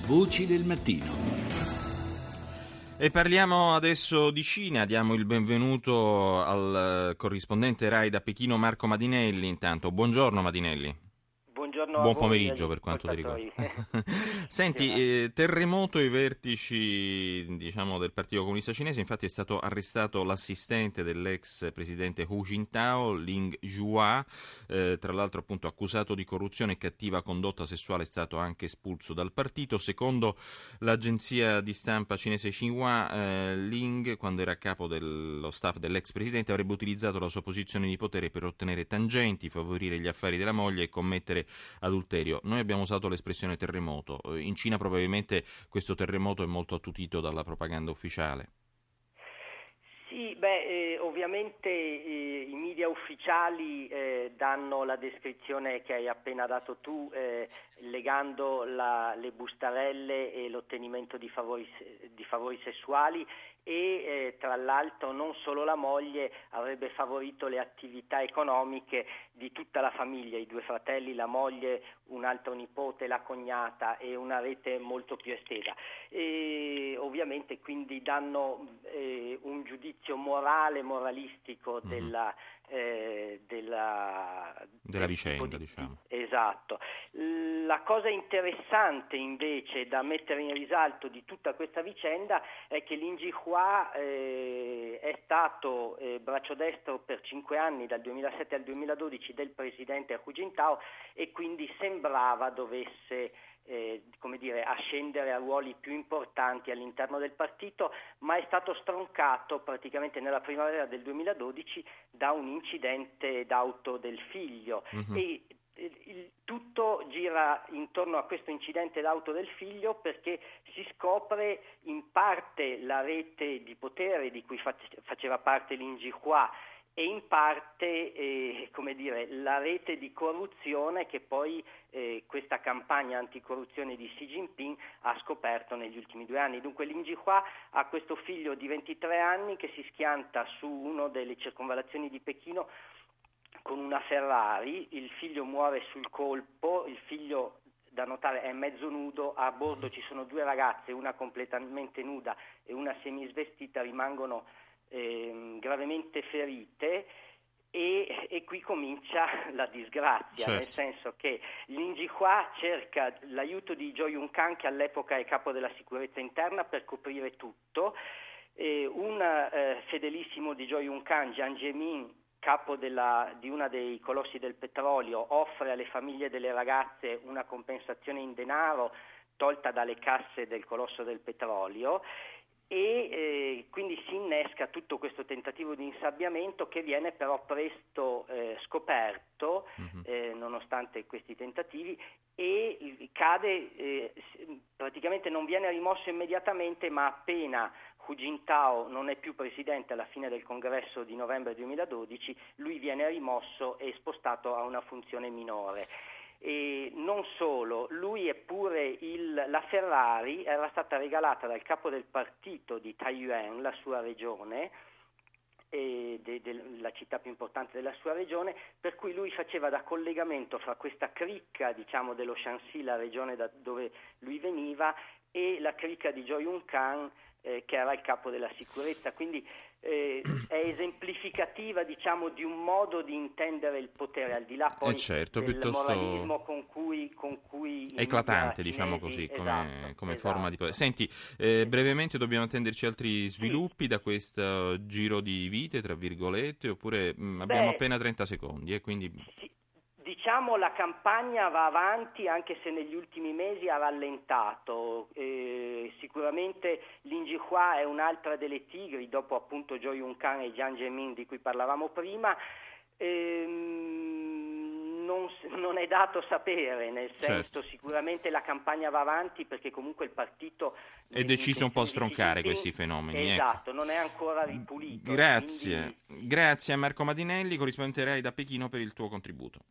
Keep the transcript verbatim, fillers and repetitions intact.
Voci del mattino. E parliamo adesso di Cina, diamo il benvenuto al corrispondente RAI da Pechino Marco Madinelli. Intanto, buongiorno Madinelli. Buongiorno Buon a voi, pomeriggio per quanto ti riguarda. Senti, eh, terremoto ai vertici, diciamo, del Partito Comunista Cinese. Infatti è stato arrestato l'assistente dell'ex presidente Hu Jintao, Ling Zhuhua, eh, tra l'altro appunto accusato di corruzione e cattiva condotta sessuale, è stato anche espulso dal partito. Secondo l'agenzia di stampa cinese Xinhua, eh, Ling, quando era a capo dello staff dell'ex presidente, avrebbe utilizzato la sua posizione di potere per ottenere tangenti, favorire gli affari della moglie e commettere adulterio. Noi abbiamo usato l'espressione terremoto. In Cina probabilmente questo terremoto è molto attutito dalla propaganda ufficiale. Sì, beh, eh, ovviamente eh, i media ufficiali eh, danno la descrizione che hai appena dato tu, eh, legando la, le bustarelle e l'ottenimento di favori, di favori sessuali e eh, tra l'altro non solo la moglie avrebbe favorito le attività economiche di tutta la famiglia, i due fratelli, la moglie, un altro nipote, la cognata e una rete molto più estesa. E ovviamente quindi danno eh, un giudizio morale, moralistico mm-hmm. della, eh, della, della vicenda, di, diciamo. Esatto. La cosa interessante invece da mettere in risalto di tutta questa vicenda è che Ling Zhuhua eh, è stato eh, braccio destro per cinque anni, dal duemilasette al duemiladodici, del presidente Hu Jintao e quindi sembrava dovesse Eh, come dire, ascendere a ruoli più importanti all'interno del partito, ma è stato stroncato praticamente nella primavera del duemiladodici da un incidente d'auto del figlio mm-hmm. e il, il, tutto gira intorno a questo incidente d'auto del figlio perché si scopre in parte la rete di potere di cui faceva parte Ling Zhuhua e in parte eh, come dire, la rete di corruzione che poi eh, questa campagna anticorruzione di Xi Jinping ha scoperto negli ultimi due anni. Dunque Ling Zhuhua ha questo figlio di ventitré anni che si schianta su una delle circonvallazioni di Pechino con una Ferrari, il figlio muore sul colpo, il figlio da notare è mezzo nudo, a bordo ci sono due ragazze, una completamente nuda e una semisvestita, rimangono Eh, gravemente ferite e, e qui comincia la disgrazia, certo. Nel senso che Ling Zhuhua cerca l'aiuto di Zhou Yuncan, che all'epoca è capo della sicurezza interna, per coprire tutto. Eh, un eh, fedelissimo di Zhou Yuncan, Jiang Zemin, capo della, di una dei colossi del petrolio, offre alle famiglie delle ragazze una compensazione in denaro tolta dalle casse del colosso del petrolio. E eh, quindi si innesca tutto questo tentativo di insabbiamento che viene però presto eh, scoperto mm-hmm. eh, nonostante questi tentativi e cade, eh, praticamente non viene rimosso immediatamente, ma appena Hu Jintao non è più presidente alla fine del congresso di novembre duemiladodici, lui viene rimosso e spostato a una funzione minore. E non solo, lui è pure il, la Ferrari era stata regalata dal capo del partito di Taiyuan, la sua regione, e de, de, la città più importante della sua regione, per cui lui faceva da collegamento fra questa cricca, diciamo, dello Shanxi, la regione da dove lui veniva, e la cricca di Zhou Yuncan, eh, che era il capo della sicurezza. Quindi eh, è esemplificativa, diciamo, di un modo di intendere il potere, al di là poi eh certo, del piuttosto moralismo con cui, con cui eclatante, cinesi, diciamo così, come, esatto, come esatto. forma di potere. Senti, eh, brevemente dobbiamo attenderci altri sviluppi sì. da questo giro di vite, tra virgolette, oppure mh, abbiamo Beh, appena trenta secondi, e quindi... Sì. Diciamo la campagna va avanti anche se negli ultimi mesi ha rallentato, eh, sicuramente Ling Zhuhua è un'altra delle tigri dopo appunto Zhou Yuncan e Jiang Zemin di cui parlavamo prima, ehm, non, non è dato sapere, nel senso certo. Sicuramente la campagna va avanti perché comunque il partito è deciso un po' a stroncare questi fenomeni. Esatto, ecco. non è ancora ripulito. Grazie, quindi... grazie a Marco Madinelli, corrispondente RAI da Pechino, per il tuo contributo.